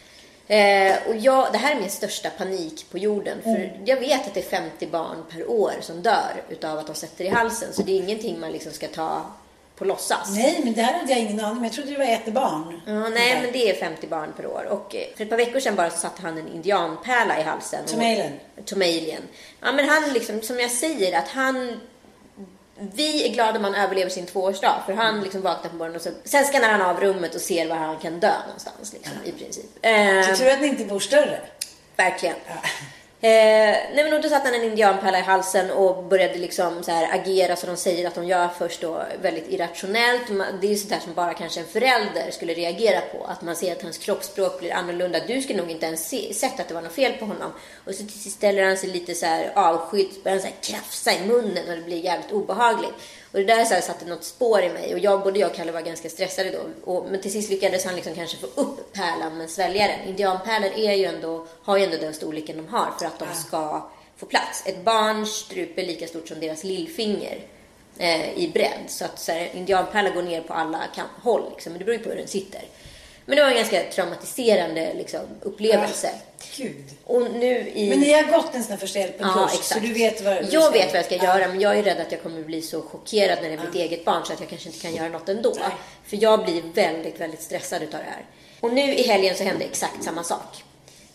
D: Eh, och jag, det här är min största panik på jorden. För mm. jag vet att det är femtio barn per år som dör utav att de sätter i halsen. Så det är ingenting man liksom ska ta på låtsas.
E: Nej, men det här hade jag ingen aning om. Jag trodde det var ett barn.
D: Ja, nej, men det är femtio barn per år. Och för ett par veckor sedan bara så satte han en indianpärla i halsen.
E: Tomalen.
D: Tomalen. Ja, men han liksom, som jag säger, att han vi är glada om han överlever sin tvåårsdag. För han liksom vaknar på morgonen och så, sen skannar han av rummet och ser var han kan dö någonstans liksom, ja. I princip.
E: Så
D: eh,
E: tror du att ni inte bor större?
D: Verkligen.
E: Ja.
D: Eh, nej men då satt han en indianpärla i halsen och började liksom så här agera så de säger att de gör först då väldigt irrationellt. Det är ju sånt där som bara kanske en förälder skulle reagera på, att man ser att hans kroppsspråk blir annorlunda. Du skulle nog inte ens se, sett att det var något fel på honom. Och så till sist ställer han sig lite så här avskydd, börjar så här krafsa i munnen och det blir jävligt obehagligt. Och det där så här satte något spår i mig. Och jag, både jag och Kalle var ganska stressade då. Och, men till sist lyckades han liksom kanske få upp pärlan men svälja den. Indianpärlor är ju ändå, har ju ändå den storleken de har för att de ska få plats. Ett barns strupe är lika stort som deras lillfinger eh, i bredd. Så att så här, indianpärlor går ner på alla kan, håll. Liksom. Men det beror ju på hur den sitter. Men det var en ganska traumatiserande liksom, upplevelse.
E: Ja, Gud.
D: Och nu i...
E: Men ni har gått en sån här första hjälpen
D: ja,
E: kurs, så du vet vad du
D: Jag
E: ska...
D: vet vad jag ska
E: ja.
D: göra, men jag är rädd att jag kommer bli så chockerad när det är mitt
E: ja.
D: eget barn så att jag kanske inte kan göra något ändå.
E: Nej.
D: För jag blir väldigt, väldigt stressad utav det här. Och nu i helgen så hände exakt samma sak.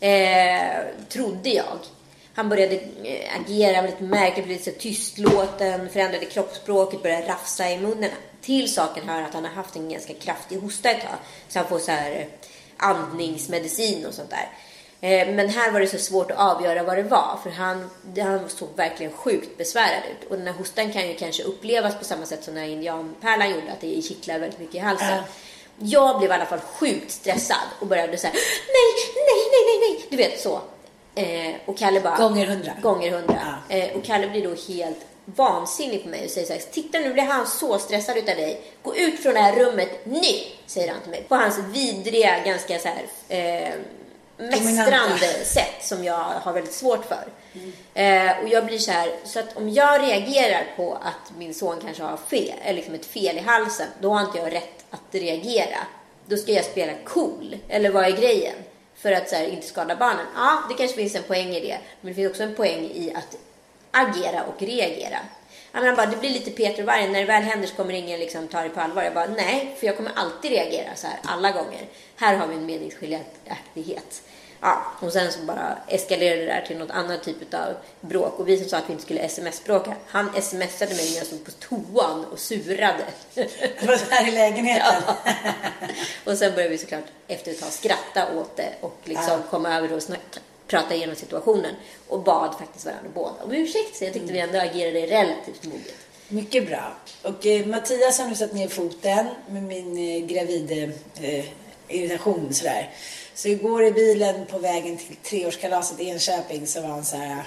D: Eh, trodde jag. Han började eh, agera väldigt märkligt, blev lite så tystlåten, förändrade kroppsspråket, började rafsa i munnen. Till saken hör att han har haft en ganska kraftig hosta ett tag. Så han får så här andningsmedicin och sånt där. Eh, men här var det så svårt att avgöra vad det var. För han, han såg verkligen sjukt besvärad ut. Och den här hostan kan ju kanske upplevas på samma sätt som när indianpärlan gjorde. Att det kittlar väldigt mycket i halsen. Äh. Jag blev i alla fall sjukt stressad. Och började säga nej, nej, nej, nej, nej. Du vet så. Eh, och Kalle bara...
E: Gånger hundra.
D: Gånger hundra. Ja. Eh, och Kalle blir då helt vansinnig på mig och säger så här: titta nu blir han så stressad utav dig. Gå ut från det här rummet nu, säger han till mig. På hans vidriga, ganska så här... Eh, mästrande sätt som jag har väldigt svårt för. Mm. Eh, och jag blir så här, så att om jag reagerar på att min son kanske har fel, eller liksom ett fel i halsen, då har inte jag rätt att reagera. Då ska jag spela cool. Eller vad är grejen? För att så här, inte skada barnen. Ja, det kanske finns en poäng i det. Men det finns också en poäng i att agera och reagera. Jag menar bara, det blir lite Peter Vargen. När det väl händer så kommer ingen liksom ta det på allvar. Jag bara, nej, för jag kommer alltid reagera så här alla gånger. Här har vi en meningsskiljaktighet. Ja, och sen så bara eskalerade det där till något annat typ av bråk. Och vi som sa att vi inte skulle sms-bråka, han smsade mig när jag stod på toan och surade.
E: Det var så här i lägenheten.
D: Ja. Och sen började vi såklart efter ett tag skratta åt det och liksom ja. komma över och snacka, prata igenom situationen. Och bad faktiskt varandra båda om ursäkt, så jag tyckte vi ändå agerade relativt modigt.
E: Mycket bra. Och eh, Mattias har nu satt ner foten med min eh, gravid eh, irritation sådär. Så igår i bilen på vägen till treårskalaset i Enköping så var han så här...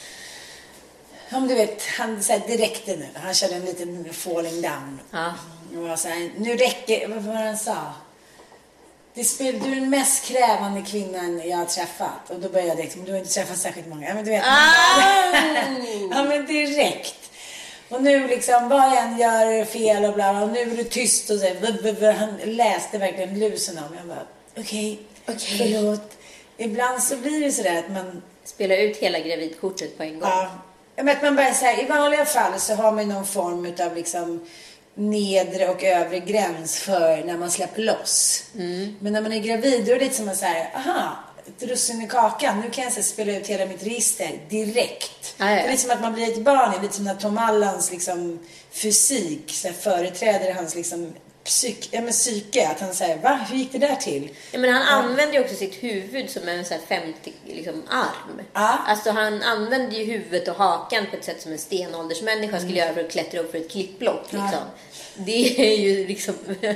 E: Om du vet, han så här direkt nu. Han körde en liten falling down.
D: Ja.
E: Och var så här, nu räcker... Vad var han sa? Det spel, du är den mest krävande kvinnan jag har träffat. Och då började jag direkt, du har inte träffat särskilt många. Ja, men du vet.
D: Ah!
E: Ja, men direkt. Och nu liksom, vad jag än gör fel och bla bla. Och nu är du tyst och så här, han läste verkligen lusen om. Jag bara, okej, okay, okay. förlåt. Ibland så blir det sådär att man...
D: Spelar ut hela gravidkortet på en gång.
E: Ja, men att man bara säger, i vanliga fall så har man någon form av liksom nedre och övre gräns för när man släpper loss. Mm. Men när man är gravid då är det lite som att säga, aha, ett russin i kakan. Nu kan jag så spela ut hela mitt register direkt. Ah, ja, ja. Det är lite som att man blir ett barn. Det är lite som när Tom Allans liksom fysik så här, företräder hans liksom psyk, ja, men psyke. Att han säger, va? Hur gick det där till?
D: Ja, men han ja. använder ju också sitt huvud som en så här femtio liksom, arm.
E: Ja.
D: Alltså han använder ju huvudet och hakan på ett sätt som en stenåldersmänniska mm. skulle göra för att klättra upp för ett klippblock. Liksom. Ja. Det är ju liksom...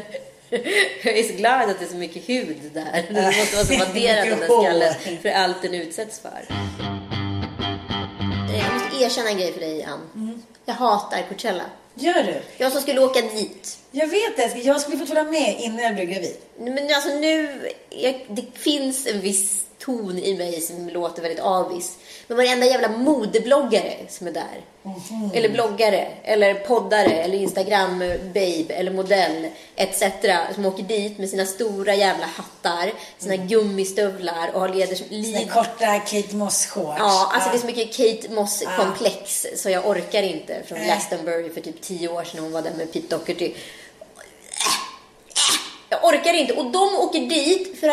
D: Jag är så glad att det är så mycket hud där. Det måste vara så vadderad den där skallen för allt den utsätts för. Jag måste erkänna en grej för dig, Ann. Mm. Jag hatar Coachella.
E: Gör du?
D: Jag som skulle åka dit.
E: Jag vet det. Jag skulle få vara med innan jag blev gravid.
D: Men alltså nu... Jag, det finns en viss ton i mig som låter väldigt avis. Men varenda jävla modebloggare som är där. Mm. Eller bloggare. Eller poddare. Eller Instagram babe. Eller modell. Etc. Som åker dit med sina stora jävla hattar. Sina mm. gummistövlar. Och har leder som...
E: Sina lid... korta Kate Moss-shorts.
D: Ja, alltså ja. Det är så mycket Kate Moss-komplex. Ja. Så jag orkar inte. Från äh. Glastonbury för typ tio år sedan. Hon var där med Pete Doherty. Jag orkar inte. Och de åker dit för att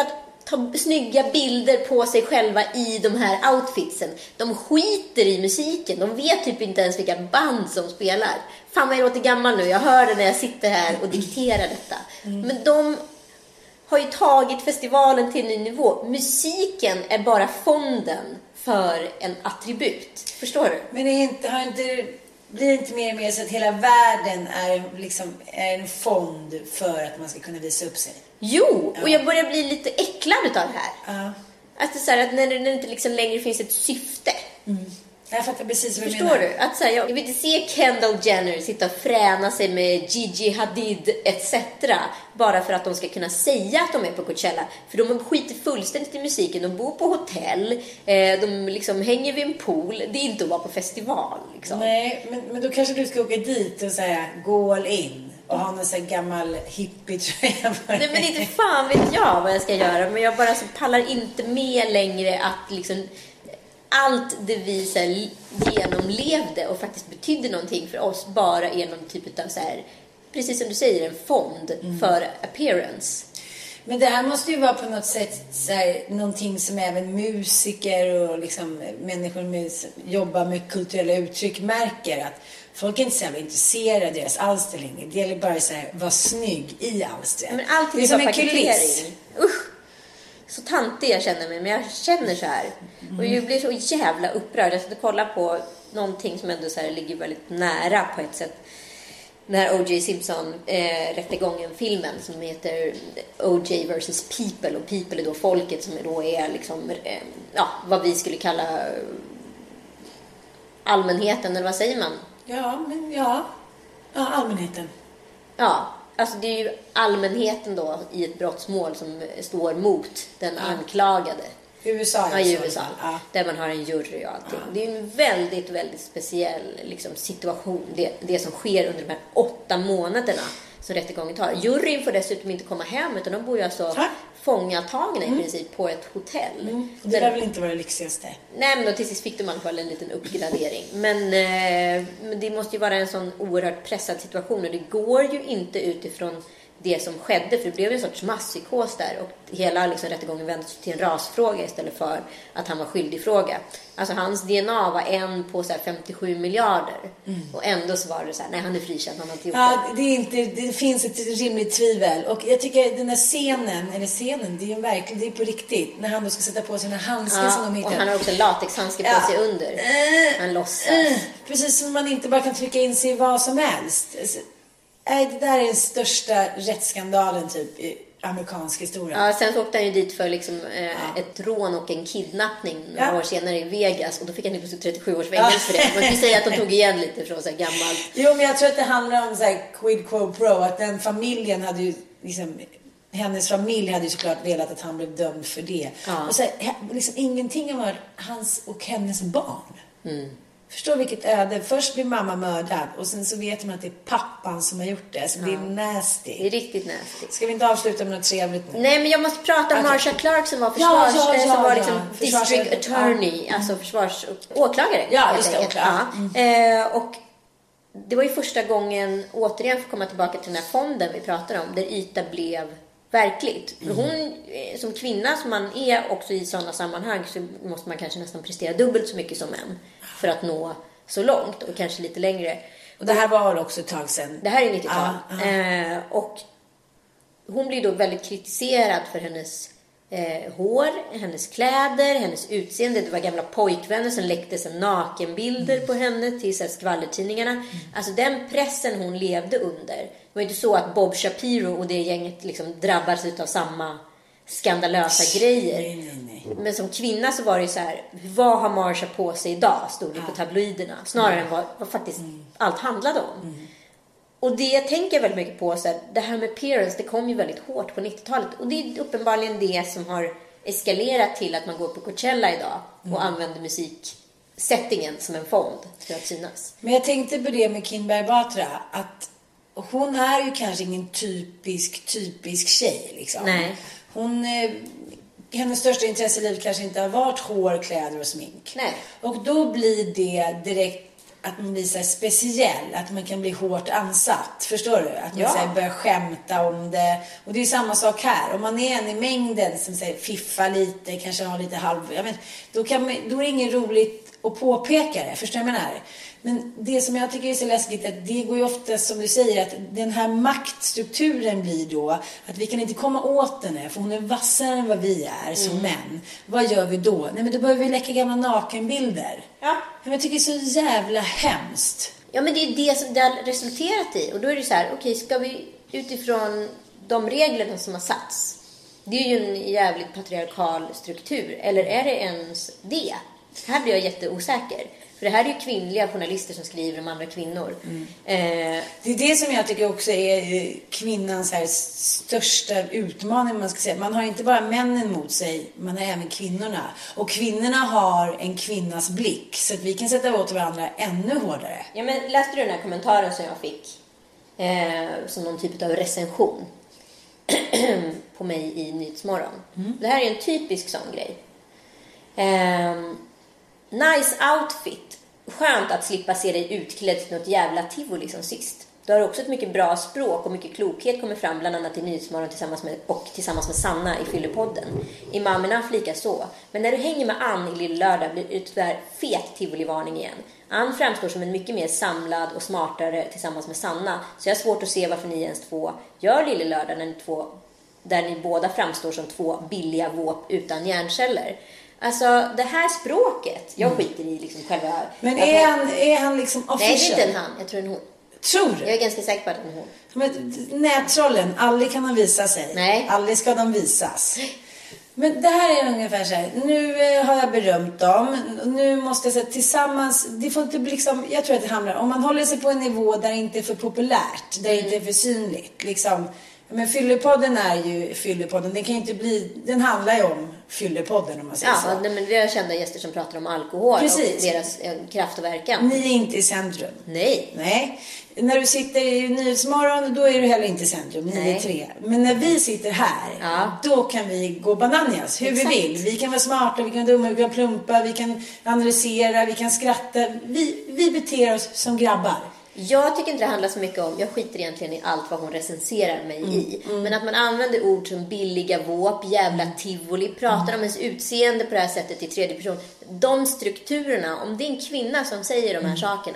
D: ta snygga bilder på sig själva i de här outfitsen. De skiter i musiken. De vet typ inte ens vilka band som spelar. Fan vad jag låter gammal nu. Jag hör det när jag sitter här och dikterar detta. Mm. Men de har ju tagit festivalen till en ny nivå. Musiken är bara fonden för en attribut. Förstår du?
E: Men det är inte, har inte, blir inte mer och mer så att hela världen är, liksom, är en fond för att man ska kunna visa upp sig?
D: Jo, ja. Och jag börjar bli lite äcklad utav det här.
E: Ja.
D: Att det är så här, att när det inte liksom längre finns ett syfte.
E: Mm. Jag fattar precis vad du
D: Förstår
E: menar.
D: du? Att så här, jag vill inte se Kendall Jenner sitta och fräna sig med Gigi Hadid et cetera. Bara för att de ska kunna säga att de är på Coachella. För de skiter fullständigt i musiken. De bor på hotell. De liksom hänger vid en pool. Det är inte att vara på festival. Liksom.
E: Nej, men, men då kanske du ska åka dit och säga gå all in. Och ha någon sån här gammal hippie-tröja.
D: Nej, men inte fan vet jag vad jag ska göra. Men jag bara så pallar inte med längre att liksom... allt det vi så här, genomlevde och faktiskt betydde någonting för oss bara är någon typ av så här, precis som du säger, en fond mm. för appearance.
E: Men det här måste ju vara på något sätt så här, någonting som även musiker och liksom, människor med, jobbar med kulturella uttryck märker, att folk är inte så intresserade av deras alster längre. Det gäller bara så här, vara snygg i alstret.
D: Men allting
E: det är som
D: en
E: kuliss.
D: Usch! Så tantig jag känner mig, men jag känner så här. Och jag blir så jävla upprörd. Jag ska kolla på någonting som ändå så här ligger väldigt nära på ett sätt. När O J Simpson eh, rättegången filmen som heter O J versus People. Och People är då folket som då är liksom, eh, ja, vad vi skulle kalla allmänheten, eller vad säger man?
E: Ja, men ja. Ja, allmänheten.
D: Ja. Alltså det är ju allmänheten då i ett brottsmål som står mot den ja. anklagade.
E: U S A.
D: Ja, i U S A. Ja. Där man har en jury och allting. Ja. Det är en väldigt, väldigt speciell liksom, situation. Det, det som sker under de här åtta månaderna som rättegången tar. Juryn får dessutom inte komma hem, utan de bor ju alltså ha? fångatagna mm. i princip på ett hotell.
E: Mm. Det lär väl inte vara det lyxigaste.
D: Nej, men då till sist fick de i alla fall en liten uppgradering. Men, eh, men det måste ju vara en sån oerhört pressad situation. Och det går ju inte utifrån det som skedde. För det blev en sorts masspsykos där. Och hela liksom, rättegången vändes till en rasfråga istället för att han var skyldig fråga. Alltså hans D N A var en på så här, femtiosju miljarder. Mm. Och ändå så var det så här, nej han är frikänd, han har inte gjort
E: ja,
D: det.
E: Det, är inte, det finns ett rimligt tvivel. Och jag tycker den här scenen, eller scenen, det är ju verkligen, det är på riktigt. När han då ska sätta på sina handskar ja, som de hittar.
D: Och han har också latexhandskar på ja. sig under. Uh, han låtsas. Uh,
E: precis som man inte bara kan trycka in sig i vad som helst. Nej, det där är den största rättsskandalen typ i amerikansk historia.
D: Ja, sen så åkte han ju dit för liksom, eh, ja. ett rån och en kidnappning några ja. år senare i Vegas. Och då fick han ju plötsligt trettiosju års fängelse ja. för det. Man kan ju säga att de tog igen lite från så här gammalt.
E: Jo, men jag tror att det handlar om så här quid quo pro. Att den familjen hade ju liksom... Hennes familj hade ju såklart velat att han blev dömd för det. Ja. Och så här, liksom ingenting om hans och hennes barn. Mm. Förstår vilket öde. Först blir mamma mördad och sen så vet man att det är pappan som har gjort det. Så ja. det är nasty.
D: Det är riktigt nasty.
E: Ska vi inte avsluta med något trevligt nu?
D: Nej, men jag måste prata om okay. Marsha Clark som var försvars... Ja, ja, ja, som var liksom ja. district attorney. Ja. Alltså försvars... åklagare.
E: Ja, just det.
D: Ja. Mm. Eh, och det var ju första gången, återigen för att komma tillbaka till den här fonden vi pratar om, där yta blev verkligt. För hon, som kvinna som man är också i sådana sammanhang, så måste man kanske nästan prestera dubbelt så mycket som män för att nå så långt och kanske lite längre.
E: Och det här var också ett tag sedan.
D: Det här är nittiotal. Ah, ah. Eh, och hon blir då väldigt kritiserad för hennes eh, hår, hennes kläder, hennes utseende. Det var gamla pojkvänner som läckte sig nakenbilder mm. på henne till så här skvallertidningarna. Mm. Alltså den pressen hon levde under. Det var inte så att Bob Shapiro och det gänget liksom drabbades av samma skandalösa grejer.
E: Nej, nej, nej.
D: Men som kvinna så var det ju så här, vad har Marsha på sig idag? Stod det ja. på tabloiderna. Snarare mm. än vad, vad faktiskt mm. allt handlade om. Mm. Och det tänker jag väldigt mycket på. Så här, det här med appearance, det kom ju väldigt hårt på nittiotalet. Och det är uppenbarligen det som har eskalerat till att man går på Coachella idag mm. och använder musiksettingen som en fond för att synas.
E: Men jag tänkte på det med Kinberg Batra, att hon är ju kanske ingen typisk, typisk tjej liksom.
D: Nej.
E: Hon, eh, hennes största intresse i livet kanske inte har varit hår, kläder och smink.
D: Nej.
E: Och då blir det direkt att man blir så här speciell, att man kan bli hårt ansatt, förstår du? Att man
D: Ja.
E: så här börjar skämta om det. Och det är samma sak här. Om man är en i mängden som säger fiffa lite, kanske har lite halv, jag vet, då, kan man, då är det inget roligt att påpeka det, förstår du vad jag menar? Men det som jag tycker är så läskigt, att det går ju ofta som du säger, att den här maktstrukturen blir då att vi kan inte komma åt den här, för hon är vassare än vad vi är som mm. män. Vad gör vi då? Nej, men då behöver vi läcka gamla nakenbilder.
D: Ja.
E: Men jag tycker det är så jävla hemskt.
D: Ja, men det är det som det har resulterat i. Och då är det så här, okej, ska vi utifrån de reglerna som har satts. Det är ju en jävligt patriarkal struktur. Eller är det ens det? Här blir jag jätteosäker. För det här är ju kvinnliga journalister som skriver om andra kvinnor. Mm. Eh,
E: det är det som jag tycker också är kvinnans här största utmaning, man ska säga. Man har inte bara männen mot sig, man har även kvinnorna. Och kvinnorna har en kvinnas blick, så att vi kan sätta åt varandra ännu hårdare.
D: Ja, men läste du den här kommentaren som jag fick? Eh, som någon typ av recension på mig i Nyhetsmorgon. Mm. Det här är en typisk sån grej. Eh, Nice outfit. Skönt att slippa se dig utklädd till något jävla tivoli som sist. Du har också ett mycket bra språk och mycket klokhet kommer fram bland annat i Nyhetsmorgon tillsammans med, och tillsammans med Sanna i Fyllepodden. I Mammorna lika så. Men när du hänger med Ann i Lill-lördag blir det tyvärr fet tivoli-varning igen. Ann framstår som en mycket mer samlad och smartare tillsammans med Sanna. Så jag har svårt att se varför ni ens två gör Lill-lördag när ni två, där ni båda framstår som två billiga våp utan hjärnceller. Alltså det här språket, jag skiter i liksom själva...
E: Men är han, är han liksom official?
D: Nej, det är inte en han, jag tror en hon.
E: Tror du?
D: Jag är ganska säker på att det är en hon.
E: Men nättrollen, aldrig kan de visa sig.
D: Nej.
E: Aldrig ska de visas. Men det här är ungefär så här. Nu har jag berömt dem. Nu måste jag säga tillsammans. Det får inte bli liksom, jag tror att det handlar om man håller sig på en nivå där det inte är för populärt. Där det inte är för synligt. Liksom. Men Fyllepodden är ju Fyllepodden. Den kan ju inte bli, den handlar ju om Fyllepodden om man säger
D: ja,
E: så.
D: Ja, men vi har kända gäster som pratar om alkohol. Precis. Och deras eh, kraft och verkan.
E: Ni är inte i centrum.
D: Nej.
E: Nej. När du sitter i Nyhetsmorgon, då är du heller inte i centrum. Ni är tre. Men när vi sitter här, ja. Då kan vi gå bananas hur Exakt. Vi vill. Vi kan vara smarta, vi kan vara dumma, vi kan plumpa, vi kan analysera, vi kan skratta. Vi, vi beter oss som grabbar.
D: Jag tycker inte det handlar så mycket om, jag skiter egentligen i allt vad hon recenserar mig mm, i. Mm. Men att man använder ord som billiga våp, jävla tivoli, pratar mm. om ens utseende på det här sättet i tredje person. De strukturerna, om det är en kvinna som säger de här mm. sakerna,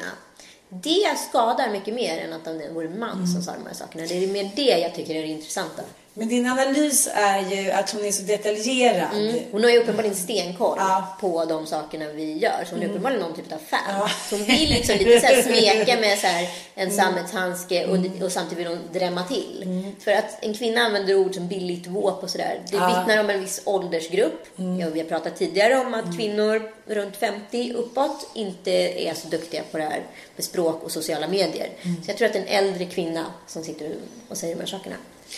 D: det skadar mycket mer än att det vore en man mm. som sa de här sakerna. Det är mer det jag tycker är det intressanta. Men
E: din analys är ju att hon är så detaljerad.
D: Mm. Hon har ju uppenbarligen stenkoll ja. På de sakerna vi gör. Så hon är uppenbarligen någon typ av fan. Ja. Så hon vill liksom lite så här smeka med så här en mm. sammetshandske och, och samtidigt vill hon drämma till. Mm. För att en kvinna använder ord som billigt våp och sådär. Det ja. Vittnar om en viss åldersgrupp. Mm. Ja, vi har pratat tidigare om att mm. kvinnor runt femtio uppåt inte är så duktiga på det här med språk och sociala medier. Mm. Så jag tror att en äldre kvinna som sitter och säger de här sakerna.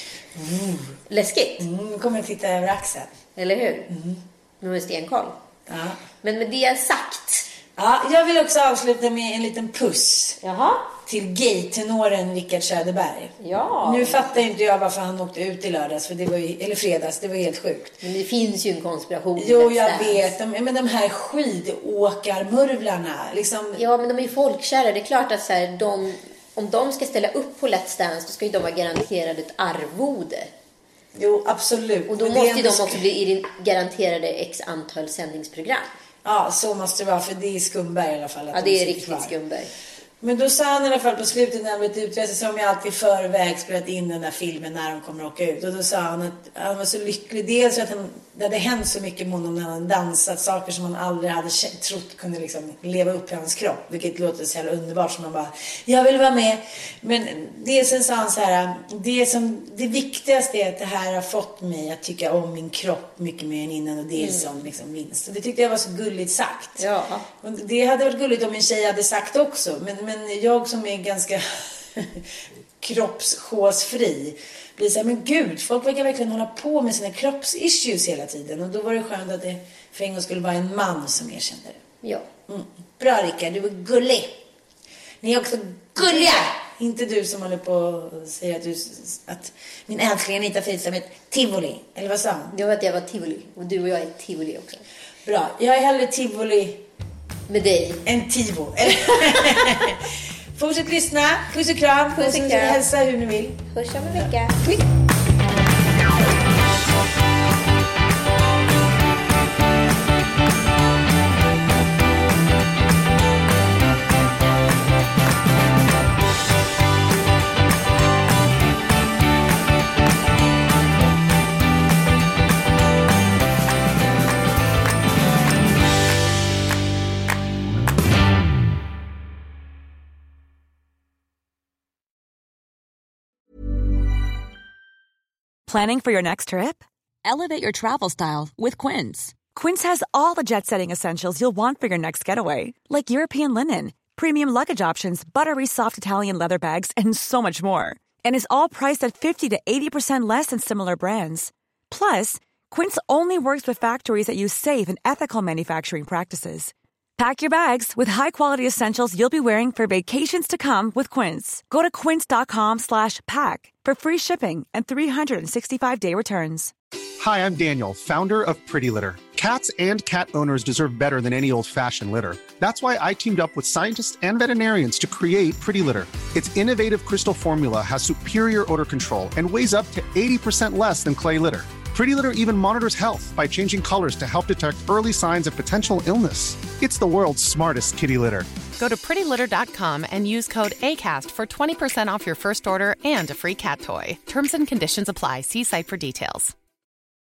D: Mm. Läskigt.
E: Mm, nu kommer jag titta över axeln.
D: Eller hur? Mm. Nu är stenkoll.
E: Ja.
D: Men med det sagt.
E: Ja, jag vill också avsluta med en liten puss.
D: Jaha.
E: Till gay-tenoren Rickard Söderberg.
D: Ja.
E: Nu fattar inte jag varför han åkte ut i lördags. För det var ju, eller fredags, det var helt sjukt.
D: Men det finns ju en konspiration.
E: Jo, jag vet. De, men de här skidåkarmurvlarna. Liksom...
D: Ja, men de är ju folkkära. Det är klart att så här, de... Om de ska ställa upp på Let's Dance, då ska ju de vara garanterade ett arvode.
E: Jo, absolut.
D: Och då men måste ju de också bli garanterade x antal sändningsprogram.
E: Ja, så måste det vara, för det är Skumberg i alla fall.
D: Ja, det är riktigt kvar. Skumberg.
E: Men då sa han i alla fall på slutet när han blev utrest, som jag alltid förväg spelat in den där filmen när de kommer att åka ut. Och då sa han att han var så lycklig. Dels för att han, det hade hänt så mycket med honom när han dansat. Saker som han aldrig hade trott kunde liksom leva upp i hans kropp. Vilket låter så jävla underbart, som man bara, jag vill vara med. Men det sen sa han så här, det, som, det viktigaste är att det här har fått mig att tycka om min kropp mycket mer än innan. Och det är mm. som liksom vinst. Och det tyckte jag var så gulligt sagt.
D: Ja.
E: Och det hade varit gulligt om min tjej hade sagt också. Men Men jag som är ganska kroppshåsfri blir så här, men gud, folk verkar verkligen hålla på med sina kroppsissues hela tiden. Och då var det skönt att det för en gång skulle vara en man som erkände det.
D: Ja.
E: Mm. Bra, Rickard, du var gullig. Ni är också gulliga. Inte du som håller på och säger att, du, att min älskling inte har fint som ett tivoli. Eller vad sa han?
D: Jag vet att jag var tivoli. Och du och jag är tivoli också.
E: Bra, jag är hellre tivoli
D: Med dig.
E: En tivo. Fortsätt lyssna. Puss och kram.
D: Puss och kram.
E: Hälsa hur ni vill.
D: Puss om en vecka.
F: Planning for your next trip? Elevate your travel style with Quince. Quince has all the jet-setting essentials you'll want for your next getaway, like European linen, premium luggage options, buttery soft Italian leather bags, and so much more. And is all priced at fifty to eighty percent less than similar brands. Plus, Quince only works with factories that use safe and ethical manufacturing practices. Pack your bags with high-quality essentials you'll be wearing for vacations to come with Quince. Go to quince.com slash pack for free shipping and three sixty-five day returns.
G: Hi, I'm Daniel, founder of Pretty Litter. Cats and cat owners deserve better than any old-fashioned litter. That's why I teamed up with scientists and veterinarians to create Pretty Litter. Its innovative crystal formula has superior odor control and weighs up to eighty percent less than clay litter. Pretty Litter even monitors health by changing colors to help detect early signs of potential illness. It's the world's smartest kitty litter.
H: Go to pretty litter dot com and use code ACAST for twenty percent off your first order and a free cat toy. Terms and conditions apply. See site for details.